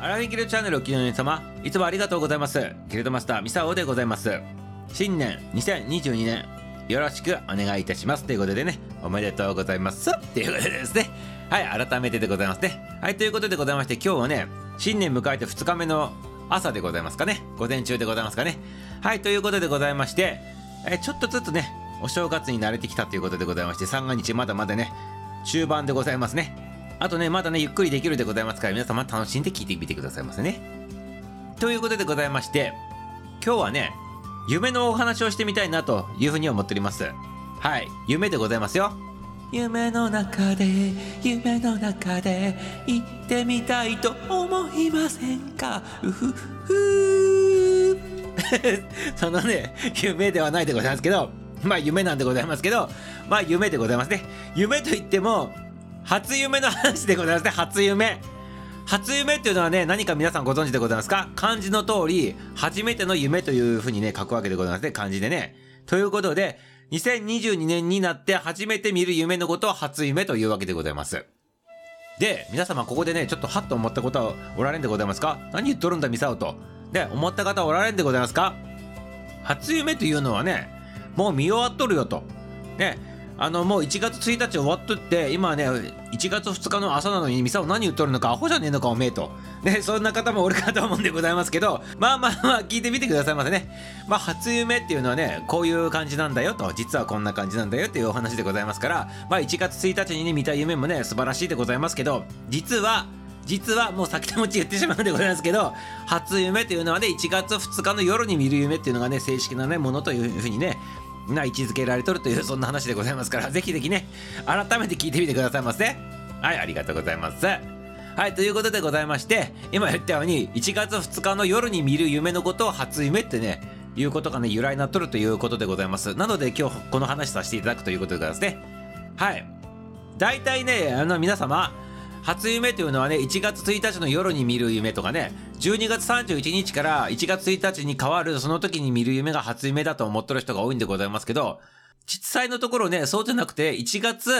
アラフィギルチャンネルをお聞きの皆様、いつもありがとうございます。ギルドマスターミサオでございます。新年2022年よろしくお願いいたしますということでね、おめでとうございますということでですね、はい、改めてでございますね。はい、ということでございまして、今日はね、新年迎えて2日目の朝でございますかね、午前中でございますかね。はい、ということでございまして、ちょっとずつねお正月に慣れてきたということでございまして、三が日まだまだね中盤でございますね。あとねまだねゆっくりできるでございますから、皆様楽しんで聞いてみてくださいませね。ということでございまして、今日はね夢のお話をしてみたいなというふうに思っております。はい、夢でございますよ。夢の中で行ってみたいと思いませんか、うふふそのね夢ではないでございますけど、まあ夢なんでございますけど、まあ夢でございますね。夢といっても初夢の話でございますね。初夢っていうのはね、何か皆さんご存知でございますか？漢字の通り初めての夢というふうにね書くわけでございますね、漢字でね。ということで2022年になって初めて見る夢のことを初夢というわけでございます。で、皆様ここでねちょっとハッと思ったことはおられんでございますか？何言っとるんだミサオとで思った方はおられんでございますか？初夢というのはね、もう見終わっとるよとね。もう1月1日終わっとって、今ね1月2日の朝なのにミサオ何言っとるのか、アホじゃねえのかおめえとね、そんな方もおるかと思うんでございますけど、まあ聞いてみてくださいませね。まあ初夢っていうのはねこういう感じなんだよと、実はこんな感じなんだよっていうお話でございますから、まあ1月1日にね見た夢もね素晴らしいでございますけど、実はもう先手持ち言ってしまうんでございますけど、初夢というのはね1月2日の夜に見る夢っていうのがね正式なねものというふうにね位置づけられとるという、そんな話でございますから、ぜひぜひね改めて聞いてみてくださいませ。はい、ありがとうございます。はい、ということでございまして、今言ったように1月2日の夜に見る夢のことを初夢ってねいうことがね由来になっとるということでございます。なので今日この話させていただくということでございますね。はい、だいたいね皆様初夢というのはね1月1日の夜に見る夢とかね、12月31日から1月1日に変わるその時に見る夢が初夢だと思ってる人が多いんでございますけど、実際のところねそうじゃなくて、1月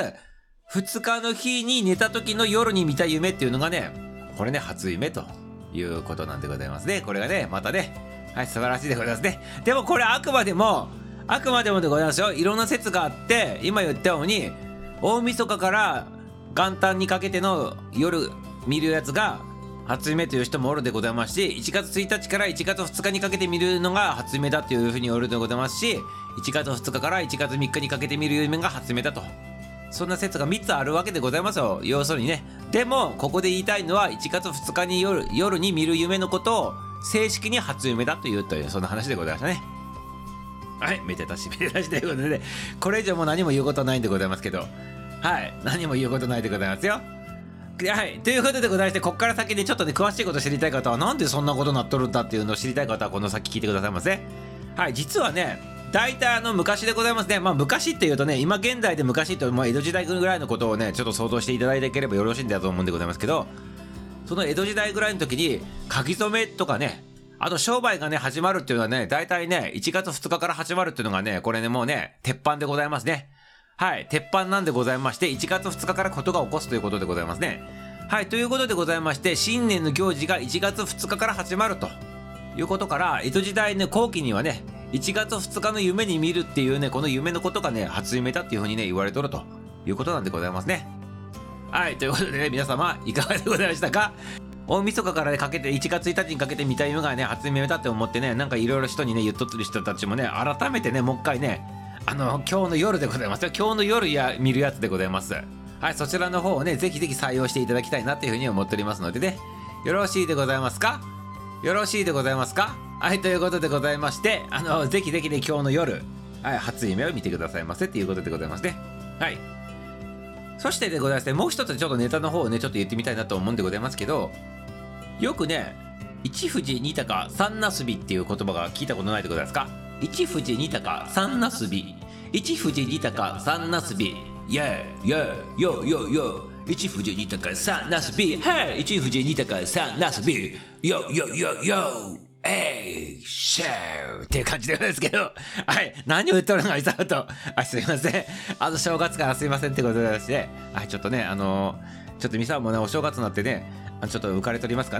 2日の日に寝た時の夜に見た夢っていうのがね、これね初夢ということなんでございますね。これがねまたね、はい、素晴らしいでございますね。でもこれあくまでもでございますよ。いろんな説があって、今言ったように大晦日から元旦にかけての夜見るやつが初夢という人もおるでございますし、1月1日から1月2日にかけて見るのが初夢だというふうにおるでございますし、1月2日から1月3日にかけて見る夢が初夢だと、そんな説が3つあるわけでございますよ、要するにね。でもここで言いたいのは1月2日に夜に見る夢のことを正式に初夢だというそんな話でございましたね。はい、めでたしということで、ね、これ以上も何も言うことないんでございますけど、はい、何も言うことないでございますよ。はい、ということでございまして、こっから先にちょっとね詳しいこと知りたい方は、なんでそんなことになっとるんだっていうのを知りたい方はこの先聞いてくださいませ。はい、実はね大体昔でございますね。まあ昔っていうとね、今現代で昔って江戸時代ぐらいのことをねちょっと想像していただいていければよろしいんだと思うんでございますけど、その江戸時代ぐらいの時に書き初めとかね、あと商売がね始まるっていうのはね、大体ね1月2日から始まるっていうのがね、これねもうね鉄板でございますね。はい、鉄板なんでございまして、1月2日からことが起こすということでございますね。はい、ということでございまして、新年の行事が1月2日から始まるということから、江戸時代の後期にはね1月2日の夢に見るっていうね、この夢のことがね初夢だっていうふうにね言われとるということなんでございますね。はい、ということでね、皆様いかがでございましたか？大晦日からねかけて1月1日にかけて見た夢がね初夢だって思ってね、なんかいろいろ人にね言っとってる人たちもね、改めてねもう一回ね今日の夜でございますよ。今日の夜見るやつでございます。はい、そちらの方をねぜひぜひ採用していただきたいなっていうふうに思っておりますのでね、よろしいでございますか？よろしいでございますか？はい、ということでございまして、ぜひぜひね今日の夜、はい、初夢を見てくださいませっていうことでございますね。はい、そしてでございまして、もう一つちょっとネタの方をねちょっと言ってみたいなと思うんでございますけど、よくね一富士二鷹三なすびっていう言葉が聞いたことないでございますか？一富士二鷹三なすび、一富士二鷹三なすび、イェーイェーヨーヨーヨー、一富士二鷹三なすび、ヘイ、一富士二鷹三なすび、ヨーヨーヨーヨー、シャーっていう感じでございますけど、はい、何を言っとるのかいさうと、すいません、正月からすいませんってことでして、はい、ちょっとねちょっとミサもねお正月になってねちょっと浮かれとりますかね。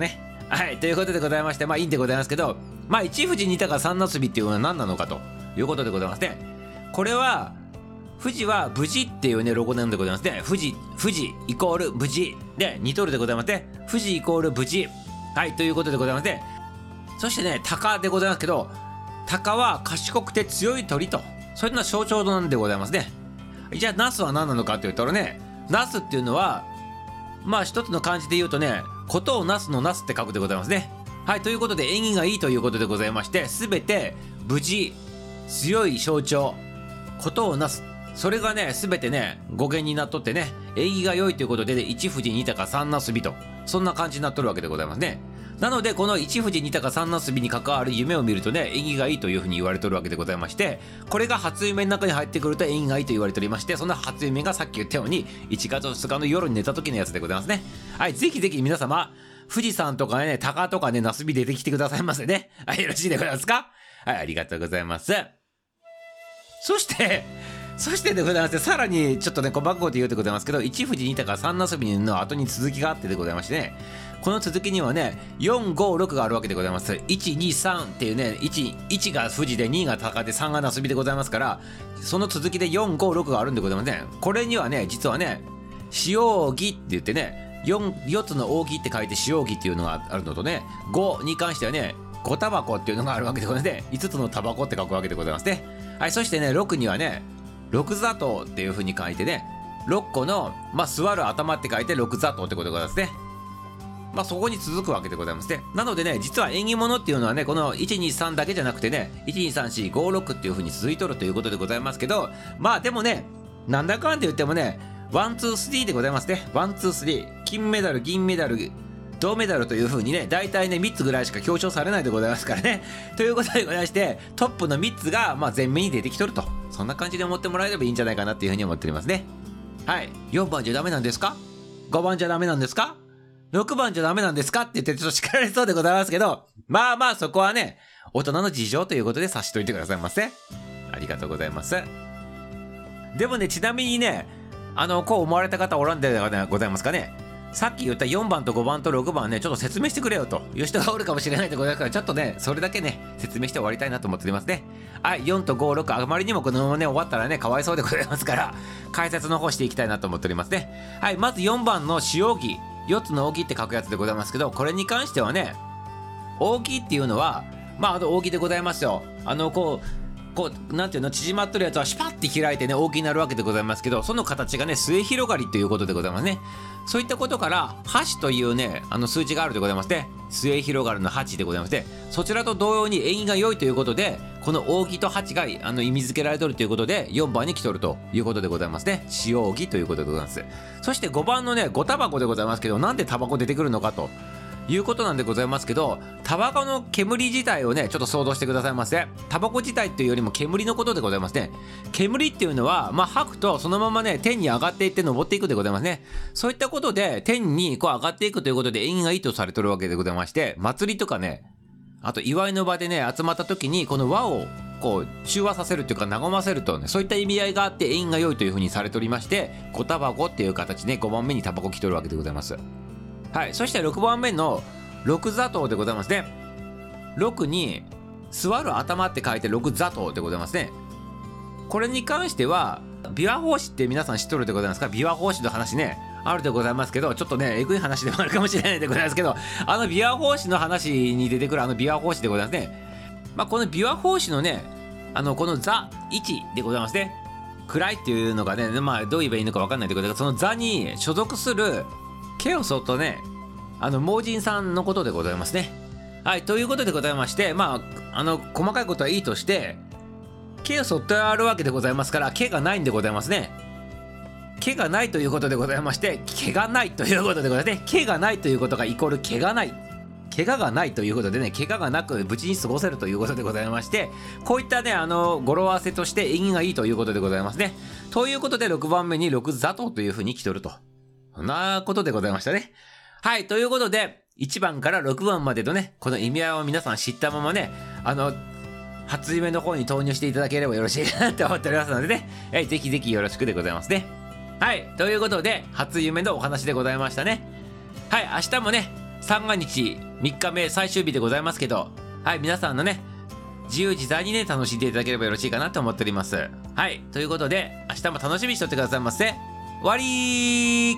はい、ということでございまして、まあいいんでございますけど、まあ一富士二鷹三なすびっていうのは何なのかということでございますね。これは富士は無事っていうねロゴなんでございますね。富士イコール無事で似とるでございますね。富士イコール無事、はいということでございまして、そしてね鷹でございますけど、鷹は賢くて強い鳥と、そういうのは象徴なんでございますね。じゃあナスは何なのかというとね、ナスっていうのはまあ一つの漢字で言うとね、ことをなすのなすって書くでございますね。はい、ということで縁起がいいということでございまして、すべて無事強い象徴、ことをなす、それがねすべてね語源になっとってね、縁起が良いということで、ね、一富士二鷹三なすびと、そんな感じになっとるわけでございますね。なのでこの一富士二鷹三なすびに関わる夢を見るとね、縁起がいいというふうに言われておるわけでございまして、これが初夢の中に入ってくると縁起がいいと言われておりまして、その初夢がさっき言ったように1月2日の夜に寝た時のやつでございますね。はい、ぜひぜひ皆様富士山とかね鷹とかねなすび出てきてくださいませね。はい、よろしいでございますか。はい、ありがとうございます。そしてでございまして、さらにちょっとね細かく言うでございますけど、一富士二鷹三なすびの後に続きがあってでございましてね、この続きにはね456があるわけでございます。123っていうね、1が富士で2が鷹で3がなすびでございますから、その続きで456があるんでございますね。これにはね実はね塩扇って言ってね、4つの扇って書いて塩扇っていうのがあるのとね、5に関してはね5タバコっていうのがあるわけでございまして、5つのタバコって書くわけでございますね。はい、そしてね6にはね六座頭っていう風に書いてね、6個の座る頭って書いて六座頭ってことでございますね。そこに続くわけでございますね。なのでね実は縁起物っていうのはね、この123だけじゃなくてね、12345っていう風に続いとるということでございますけど、でもねなんだかんって言ってもね1,2,3でございますね。1,2,3 金メダル銀メダル銅メダルという風にね、大体ね3つぐらいしか表彰されないでございますからね。ということでございまして、トップの3つが前面に出てきとると、そんな感じで思ってもらえればいいんじゃないかなっていう風に思っておりますね。はい、4番じゃダメなんですか、5番じゃダメなんですか、6番じゃダメなんですかって言ってちょっと叱られそうでございますけど、そこはね大人の事情ということで察しといてくださいませ。ありがとうございます。でもねちなみにねこう思われた方おらんでございますかね。さっき言った4番と5番と6番ねちょっと説明してくれよという人がおるかもしれないでございますから、ちょっとねそれだけね説明して終わりたいなと思っておりますね。はい、4と5、6あまりにもこのままね終わったらねかわいそうでございますから、解説の方していきたいなと思っておりますね。はい、まず4番の塩扇、4つの扇って書くやつでございますけど、これに関してはね扇っていうのは扇でございますよ。こうなんていうの、縮まっとるやつはシュパッて開いてね大きになるわけでございますけど、その形がね末広がりということでございますね。そういったことから8というね数字があるでございまして、末広がりの8でございまして、そちらと同様に縁起が良いということで、この扇と8が意味付けられとるということで4番に来とるということでございますね。塩扇ということでございます。そして5番のね5タバコでございますけど、なんでタバコ出てくるのかということなんでございますけど、タバコの煙自体をねちょっと想像してくださいませ。タバコ自体っていうよりも煙のことでございますね。煙っていうのは吐くとそのままね天に上がっていって登っていくでございますね。そういったことで天に上がっていくということで縁起がいいとされてるわけでございまして、祭りとかね、あと祝いの場でね集まった時にこの輪を中和させるというか和ませるとね、そういった意味合いがあって縁起が良いというふうにされておりまして、小タバコっていう形で5番目にタバコ来とるわけでございます。はい、そして6番目の六座頭でございますね。6に座る頭って書いて六座頭でございますね。これに関しては琵琶法師って皆さん知っとるでございますか。琵琶法師の話ねあるでございますけど、ちょっとねえぐい話でもあるかもしれないでございますけど、琵琶法師の話に出てくる琵琶法師でございますね。この琵琶法師のねこの座1でございますね。暗いっていうのがねどう言えばいいのか分かんないでございます。その座に所属するケオソとね盲人さんのことでございますね。はい、ということでございまして、細かいことはいいとして、毛を剃ってあるわけでございますから、毛がないんでございますね。毛がないということでございまして、毛がないということでございまして、毛がないということがイコール毛がない。怪我がないということでね、怪我がなく無事に過ごせるということでございまして、こういったね語呂合わせとして縁起がいいということでございますね。ということで6番目に六座頭というふうに来とると、そんなことでございましたね。はい、ということで1番から6番までのねこの意味合いを皆さん知ったままね初夢の方に投入していただければよろしいかなと思っておりますのでね、ぜひぜひよろしくでございますね。はい、ということで初夢のお話でございましたね。はい、明日もね三が日3日目最終日でございますけど、はい、皆さんのね、自由自在にね、楽しんでいただければよろしいかなと思っております。はい、ということで、明日も楽しみにしておってくださいませ。終わりー。